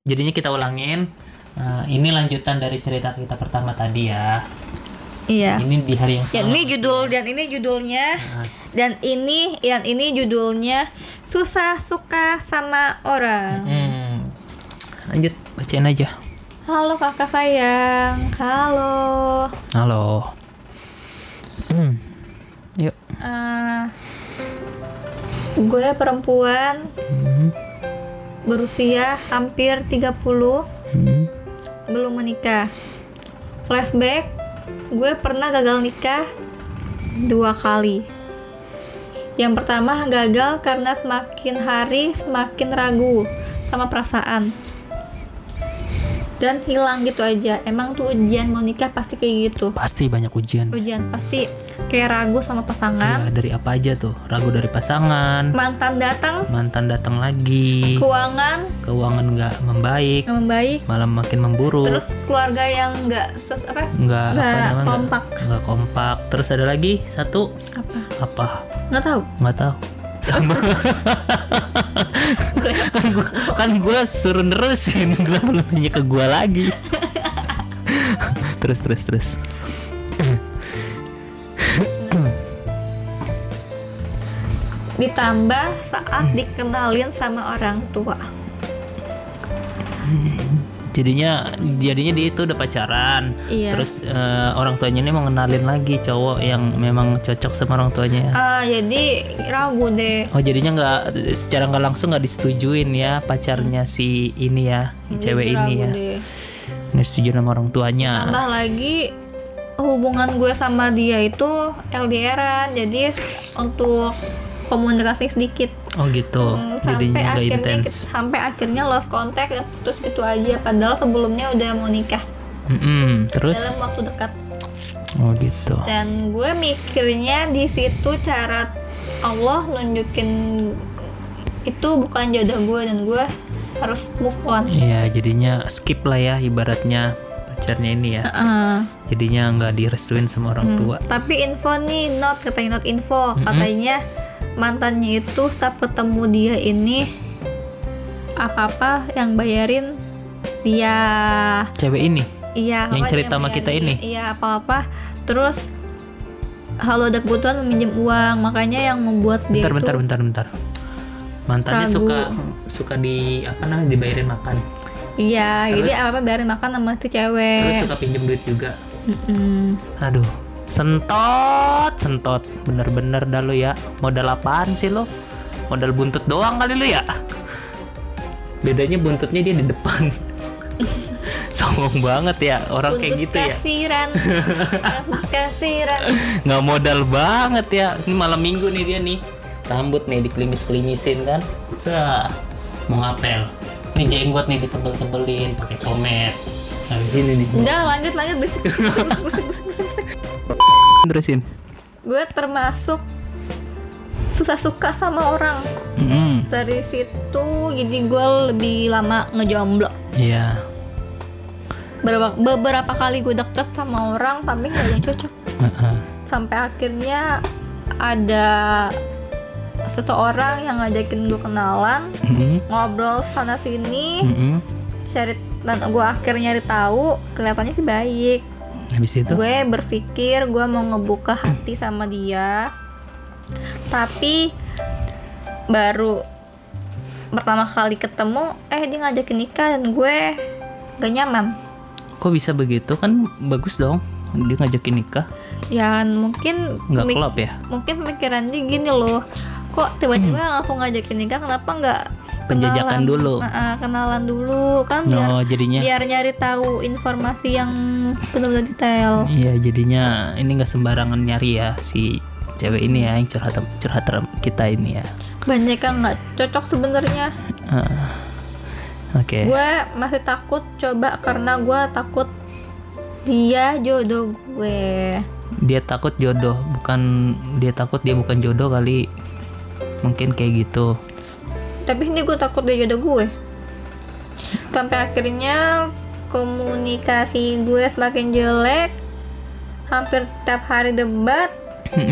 Jadinya kita ulangin. Ini lanjutan dari cerita kita pertama tadi ya. Iya. Ini di hari yang sama. Dan ini judulnya dan ini judulnya susah suka sama orang. Lanjut bacain aja. Halo kakak sayang. Halo. Yuk. Gue perempuan berusia hampir 30, belum menikah. Flashback, gue pernah gagal nikah 2 kali. Yang pertama gagal karena semakin hari semakin ragu sama perasaan dan hilang gitu aja. Emang tuh ujian mau nikah pasti kayak gitu. Pasti banyak ujian Pasti kayak ragu sama pasangan. ya, dari apa aja tuh. Ragu dari pasangan, Mantan datang lagi, keuangan nggak membaik, malah makin memburuk. terus keluarga yang nggak nggak kompak. Terus ada lagi satu apa nggak tahu. sama kan gue suruh nerusin, kenapa lu nanya ke gue lagi? terus Ditambah saat dikenalin sama orang tua. jadinya dia itu udah pacaran. Iya. Terus orang tuanya ini mau ngenalin lagi cowok yang memang cocok sama orang tuanya. Jadi ragu deh. Jadinya secara nggak langsung nggak disetujuin ya pacarnya si ini ya, cewek ini ya, nggak setuju sama orang tuanya. Tambah lagi hubungan gue sama dia itu LDRan, jadi untuk komunikasi sedikit. Gitu. Jadinya nggak intens. Sampai akhirnya lost contact dan putus gitu aja. Padahal sebelumnya udah mau nikah. Terus dalam waktu dekat. Gitu. Dan gue mikirnya di situ cara Allah nunjukin itu bukan jodoh gue dan gue harus move on. Iya, jadinya skip lah ya ibaratnya pacarnya ini ya. Jadinya nggak direstuin sama orang tua. Tapi info nih, katanya katanya mantannya itu setiap ketemu dia ini apa-apa yang bayarin dia. Cewek ini? Iya. Yang cerita sama kita ini? Iya, apa-apa. Terus kalau ada kebutuhan meminjam uang, makanya yang membuat dia bentar. Mantannya ragu. suka dibayarin makan. Iya, terus, jadi apa bayarin makan sama si cewek. Terus suka pinjam duit juga. Aduh, sentot, bener-bener dah lu ya. Modal apaan sih lo? Modal buntut doang kali lu ya. Bedanya buntutnya dia di depan. Songong banget ya orang buntut kayak gitu kasiran. Kasiran. Nggak modal banget ya. Ini malam minggu nih dia nih. Rambut nih dikelimis-kelimisin kan. Mau ngapel. Ini jenggot nih ditebel-tebelin pakai pomade. Nah, gini nih. Udah lanjut bersih. Terusin. Gue termasuk susah suka sama orang. Dari situ jadi gue lebih lama ngejomblo. Iya. Beberapa kali gue deket sama orang tapi nggak ada yang cocok. Sampai akhirnya ada seseorang yang ngajakin gue kenalan, ngobrol sana sini, dan gue akhirnya nyari tahu kelihatannya sih baik. Habis itu gue berpikir gue mau ngebuka hati sama dia, tapi baru pertama kali ketemu dia ngajakin nikah dan gue gak nyaman. Kok bisa begitu? Kan bagus dong dia ngajakin nikah. Ya mungkin nggak klop ya. Mungkin pemikirannya gini loh, kok tiba-tiba langsung ngajakin nikah, kenapa nggak penjajakan dulu? Kenalan dulu kan biar nyari tahu informasi yang benar-benar detail. Iya, jadinya ini nggak sembarangan nyari ya si cewek ini ya, yang curhat kita ini ya. Banyak yang nggak cocok sebenarnya. Oke. Gue masih takut coba karena gue takut dia jodoh gue. Dia takut jodoh, dia takut dia bukan jodoh kali. Mungkin kayak gitu. Tapi ini gue takut dia jodoh gue. Sampai akhirnya komunikasi gue semakin jelek. Hampir tiap hari debat.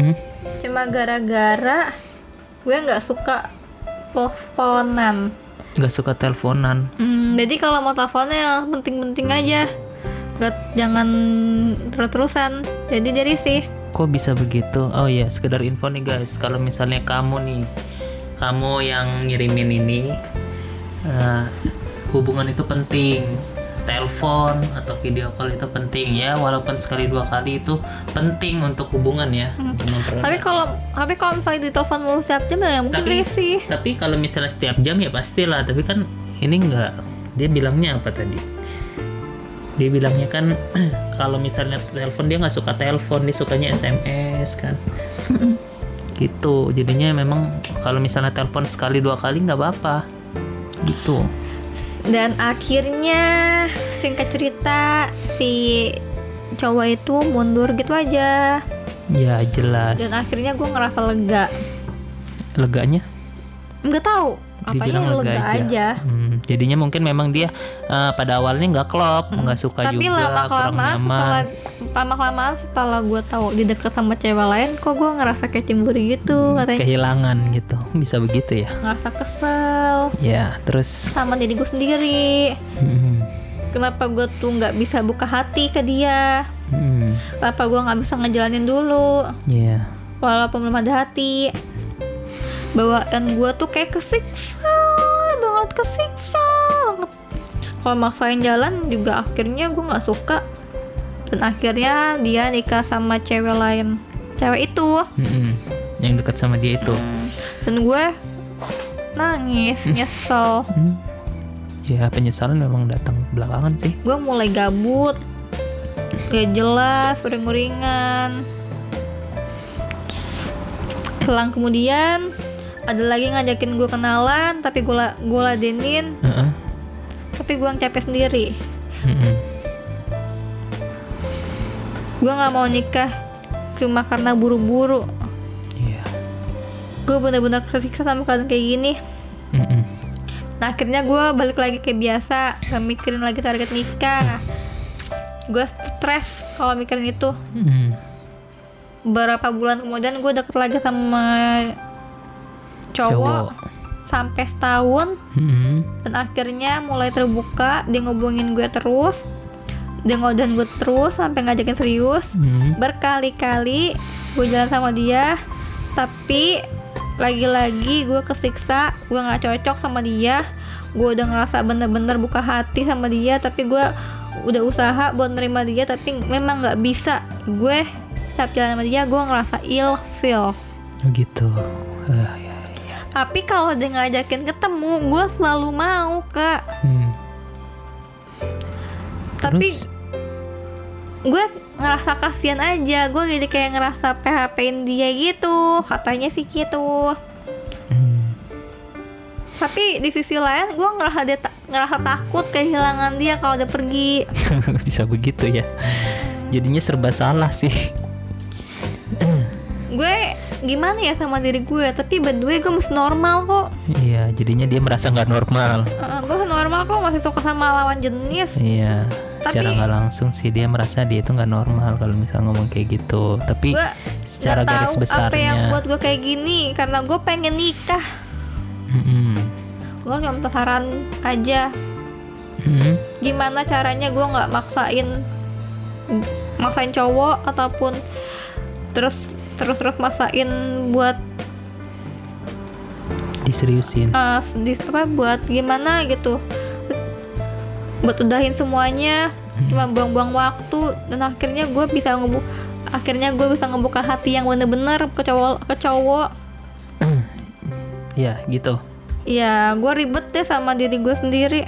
Cuma gara-gara gue nggak suka teleponan. nggak suka teleponan. Jadi kalau mau teleponnya yang penting-penting aja, jangan terus-terusan. Jadi sih. Kok bisa begitu? Oh ya, sekedar info nih guys, kalau misalnya kamu yang ngirimin ini, hubungan itu penting. Telepon atau video call itu penting ya, walaupun sekali 2 kali itu penting untuk hubungan ya. Tapi kalau misalnya di telepon mulu setiap jam ya mungkin risih. Tapi kalau misalnya setiap jam ya pastilah. Tapi kan ini enggak. Dia bilangnya apa tadi? Dia bilangnya kan kalau misalnya telepon dia nggak suka telepon, dia sukanya SMS kan. Gitu. Jadinya memang kalau misalnya telepon sekali 2 kali nggak apa-apa. Gitu. Dan akhirnya singkat cerita si cowok itu mundur gitu aja. Ya jelas. Dan akhirnya gue ngerasa lega. Leganya? Nggak tahu. Apanya lega aja. Jadinya mungkin memang dia pada awalnya nggak klop, nggak suka tapi juga, kurang nyaman. Lama-kelamaan setelah gue tahu dia deket sama cewek lain, kok gue ngerasa kayak cemburu gitu katanya. Kehilangan gitu, bisa begitu ya? Ngerasa kesel. Ya, terus sama diri gue sendiri. Kenapa gue tuh nggak bisa buka hati ke dia? Kenapa gue nggak bisa ngejalanin dulu? Walaupun belum ada hati. Bawaan gue tuh kayak kesiksa banget. Kalau maksain jalan juga akhirnya gue nggak suka. Dan akhirnya dia nikah sama cewek lain. Cewek itu yang dekat sama dia itu. Dan gue nangis, nyesel. Ya penyesalan memang datang belakangan sih. Gue mulai gabut, gak jelas, uring-uringan. Selang kemudian ada lagi ngajakin gue kenalan, tapi gue ladenin. Tapi gue yang capek sendiri. Gue nggak mau nikah cuma karena buru-buru. Gue benar-benar kesiksa sama keadaan kayak gini. Nah akhirnya gue balik lagi kayak biasa, gak mikirin lagi target nikah. Gue stres kalau mikirin itu. Beberapa bulan kemudian gue deket lagi sama cowok. Sampai setahun. Dan akhirnya mulai terbuka, dia ngobongin gue terus, dia ngodain gue terus sampai ngajakin serius. Berkali-kali gue jalan sama dia, tapi lagi-lagi gue kesiksa, gue nggak cocok sama dia. Gue udah ngerasa bener-bener buka hati sama dia, tapi gue udah usaha buat nerima dia, tapi memang nggak bisa. Gue setiap jalan sama dia gue ngerasa ilfeel. Gitu. Tapi kalau dia ngajakin ketemu, gue selalu mau, Kak. Tapi gue ngerasa kasihan aja. Gue jadi kayak ngerasa PHP-in dia gitu. Katanya sih gitu. Tapi di sisi lain gue ngerasa takut kehilangan dia kalau dia pergi. Bisa begitu ya. Jadinya serba salah sih. Gue gimana ya sama diri gue, tapi by the way gue masih normal kok. Iya, jadinya dia merasa nggak normal. Gue normal kok, masih suka sama lawan jenis. Iya, secara nggak langsung sih dia merasa dia itu nggak normal kalau misalnya ngomong kayak gitu. Tapi secara garis besarnya, apa yang buat gue kayak gini, karena gue pengen nikah. Gue cuma penasaran aja. Gimana caranya gue nggak maksain cowok ataupun terus maksain buat diseriusin. Buat gimana gitu. Buat udahin semuanya, cuma buang-buang waktu, dan akhirnya gue bisa ngebuka hati yang bener-bener ke cowok. Ya gitu. Ya, gue ribet deh sama diri gue sendiri.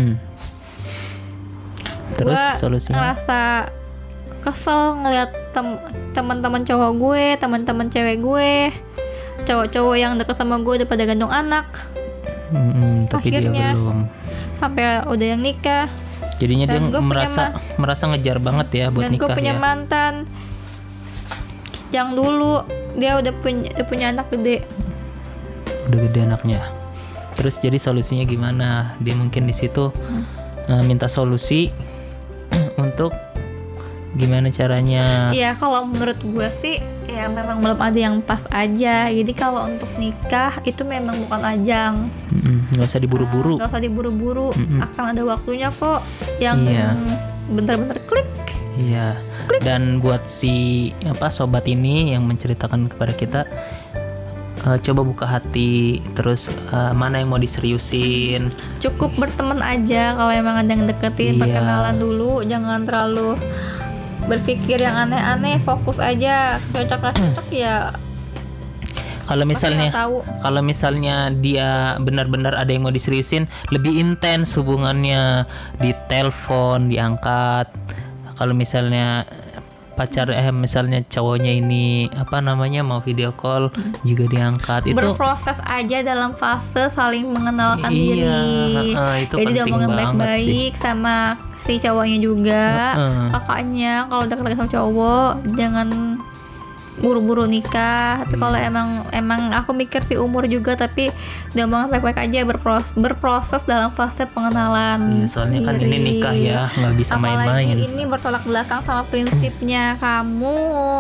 Terus gua solusinya? Ngerasa kesel ngeliat teman-teman cowok gue, teman-teman cewek gue, cowok-cowok yang deket sama gue udah pada gandung anak. Tapi akhirnya, dia belum. Sampai udah yang nikah. Jadinya dan dia merasa ngejar banget ya buat nikah ya. Dan gue punya mantan yang dulu dia udah punya anak gede. Udah gede anaknya. Terus jadi solusinya gimana? Dia mungkin di situ minta solusi untuk gimana caranya? Iya, kalau menurut gue sih ya memang belum ada yang pas aja. Jadi kalau untuk nikah itu memang bukan ajang. Nggak usah diburu-buru. Nggak usah diburu-buru. Akan ada waktunya kok yang Iya. bener-bener klik. Iya. Dan buat si sobat ini yang menceritakan kepada kita, coba buka hati, terus mana yang mau diseriusin. Cukup berteman aja kalau emang ada yang deketin, Iya. perkenalan dulu, jangan terlalu berpikir yang aneh-aneh, fokus aja. Cocok gak cocok ya Kalau misalnya nggak tahu. kalau misalnya dia benar-benar ada yang mau diseriusin, lebih intens hubungannya, di telepon, diangkat. Kalau misalnya misalnya cowoknya ini mau video call juga diangkat. Itu berproses aja dalam fase saling mengenalkan Iya, diri. itu Jadi penting diomongin banget baik-baik sama si cowoknya juga, kakaknya. Kalau deket sama cowok jangan buru-buru nikah. Tapi kalau emang aku mikir sih umur juga, tapi diomongin baik-baik aja, berproses dalam fase pengenalan. Iya, soalnya kan diri. ini nikah ya, nggak bisa Apalagi main-main. ini bertolak belakang sama prinsipnya kamu.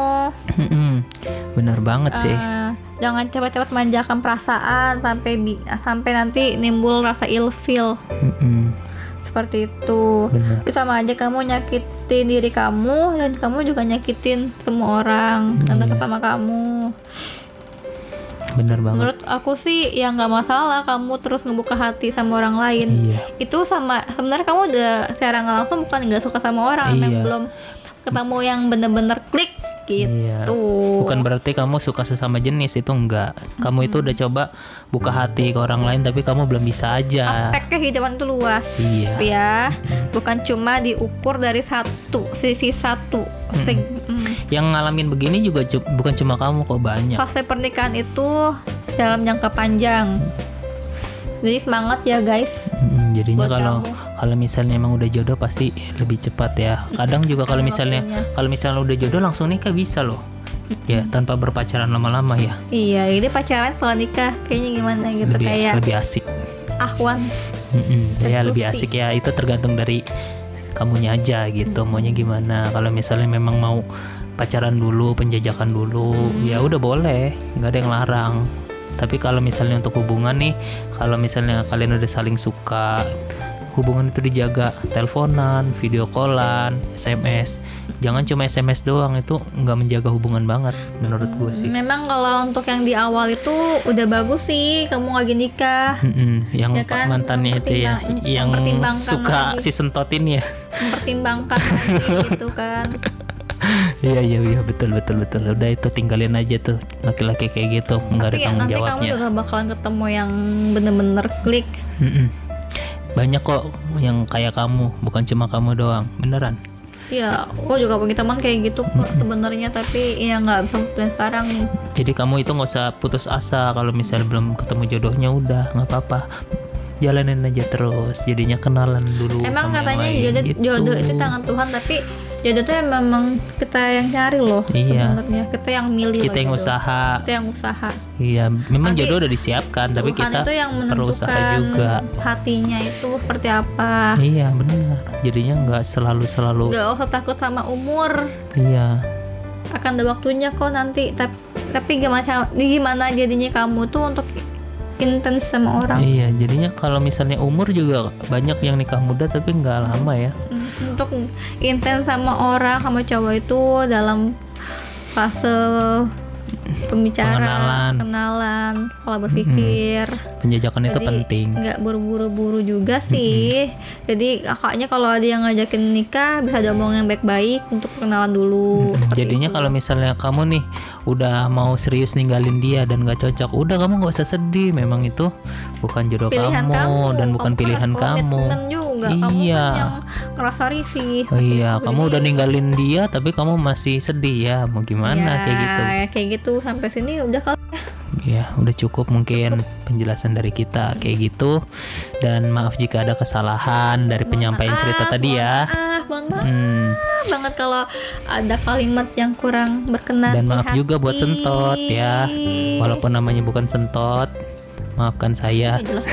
Benar banget sih. Jangan cepat-cepat manjakan perasaan sampai nanti nimbul rasa ilfil seperti itu. Benar. Itu sama aja kamu nyakitin diri kamu, dan kamu juga nyakitin semua orang yang dekat sama kamu. Benar banget. Menurut aku sih ya nggak masalah kamu terus ngebuka hati sama orang lain. Iya. Itu sebenarnya kamu udah secara nggak langsung bukan nggak suka sama orang, yang Iya. belum ketemu yang bener-bener klik gitu. Iya. Bukan berarti kamu suka sesama jenis, itu enggak. Kamu itu udah coba buka hati ke orang lain, tapi kamu belum bisa aja. Aspek kehidupan itu luas. Iya. Ya, bukan cuma diukur dari sisi satu. Yang ngalamin begini juga bukan cuma kamu kok, banyak. Fase pernikahan itu dalam jangka panjang. Jadi semangat ya guys. Jadinya Buat kalau misalnya emang udah jodoh pasti lebih cepat ya. Kadang juga kalau misalnya udah jodoh langsung nikah bisa loh. Ya, tanpa berpacaran lama-lama ya. Iya, ini pacaran setelah nikah kayaknya gimana gitu, kayak lebih asik. ahwan. Ya lebih asik ya, itu tergantung dari kamunya aja gitu, maunya gimana. Kalau misalnya memang mau pacaran dulu, penjajakan dulu, ya udah boleh, nggak ada yang larang. Tapi kalau misalnya untuk hubungan nih, kalau misalnya kalian udah saling suka, hubungan itu dijaga, teleponan, video callan, SMS. Jangan cuma SMS doang, itu nggak menjaga hubungan banget menurut gue sih. Memang kalau untuk yang di awal itu udah bagus sih kamu lagi nikah. Yang Ya kan, mantannya itu ya, yang mempertimbangkan suka lagi. si sentotin ya. Mempertimbangkan lagi gitu kan. Iya betul. Udah itu tinggalin aja tuh laki-laki kayak gitu, nggak ada Tapi ya tanggung nanti kamu jawabnya. juga bakalan ketemu yang bener-bener klik. Banyak kok yang kayak kamu, bukan cuma kamu doang, beneran. Ya, aku juga punya teman kayak gitu kok sebenarnya, tapi ya nggak bisa putusin sekarang. Jadi kamu itu nggak usah putus asa kalau misalnya belum ketemu jodohnya, udah nggak apa-apa, jalanin aja terus. Jadinya kenalan dulu. Emang sama katanya yang lain, jodoh itu tangan Tuhan, tapi jodoh tuh memang kita yang cari loh. Iya. Sebenarnya kita yang milih. kita yang jodoh. usaha. Kita yang usaha. Iya, memang Nanti jodoh udah disiapkan, tapi Tuhan kita itu yang perlu usaha menentukan juga. hatinya itu seperti apa. Iya benar. Jadinya nggak selalu. Gak usah takut sama umur. Iya. Akan ada waktunya kok nanti. Tapi gimana jadinya kamu tuh untuk intens sama orang. Iya, jadinya kalau misalnya umur juga banyak yang nikah muda tapi nggak lama ya. Untuk intens sama orang, sama cowok itu dalam fase pembicaraan, kenalan, pola berpikir. Penjajakan itu Jadi, penting. nggak buru-buru juga sih. Jadi kakaknya kalau ada yang ngajakin nikah bisa diomongin baik-baik untuk kenalan dulu. Jadinya kalau misalnya kamu nih udah mau serius ninggalin dia dan nggak cocok, udah kamu nggak usah sedih. Memang itu bukan jodoh Pilihan kamu dan bukan Kamu pilihan harus kamu. komitmen juga. Kamu Iya. kan yang ngerasa risih. Oh iya, Jadi, kamu udah ninggalin dia tapi kamu masih sedih ya. Mau gimana ya, kayak gitu? Kayak gitu sampai sini udah kali. Ya, udah cukup mungkin penjelasan dari kita kayak gitu. Dan maaf jika ada kesalahan dari penyampaian cerita tadi ya. Mohon maaf banget kalau ada kalimat yang kurang berkenan. Dan di maaf juga buat hati. sentot ya. Walaupun namanya bukan sentot, maafkan saya Jelas.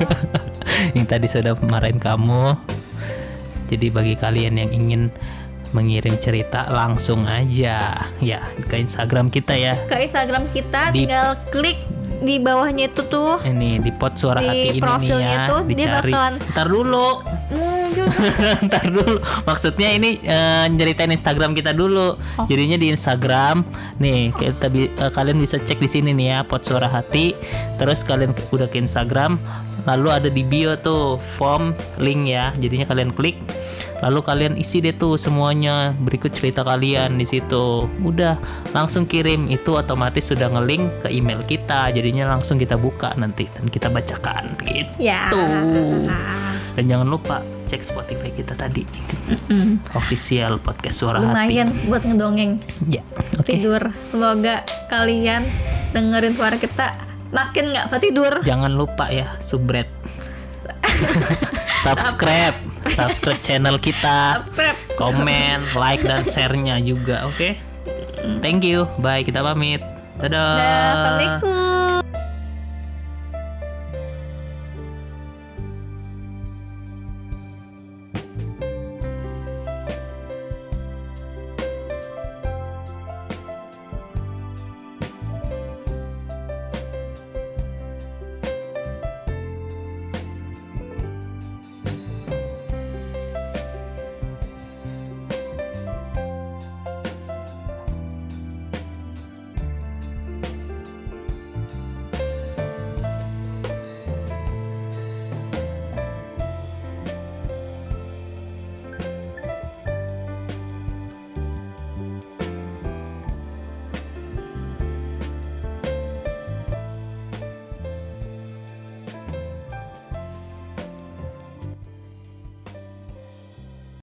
yang tadi sudah marahin kamu. Jadi bagi kalian yang ingin mengirim cerita langsung aja ya ke Instagram kita ya. Ke Instagram kita Di- tinggal klik di bawahnya itu tuh. Ini di pot suara Di hati ini nih profilnya ya, tuh, dia dicari. bakalan- Ntar dulu. Muncul. Ntar dulu. Maksudnya ini nyeritain Instagram kita dulu. Oh. Jadinya di Instagram nih kalian bisa cek di sini nih ya pot suara hati. Terus kalian udah ke Instagram, lalu ada di bio tuh form link ya. Jadinya kalian klik. Lalu kalian isi deh tuh semuanya berikut cerita kalian di situ. Udah langsung kirim, itu otomatis sudah nge-link ke email kita. Jadinya langsung kita buka nanti dan kita bacakan gitu. Ya. Dan jangan lupa cek Spotify kita tadi. Official podcast suara Lumayan hati. buat ngedongeng Ya, oke. tidur. Semoga kalian dengerin suara kita makin nggak ketidur. Jangan lupa ya subscribe. subscribe channel kita. Prep. Komen, like dan share-nya juga, oke? Thank you. Bye, kita pamit. Dadah. Dah, assalamualaikum.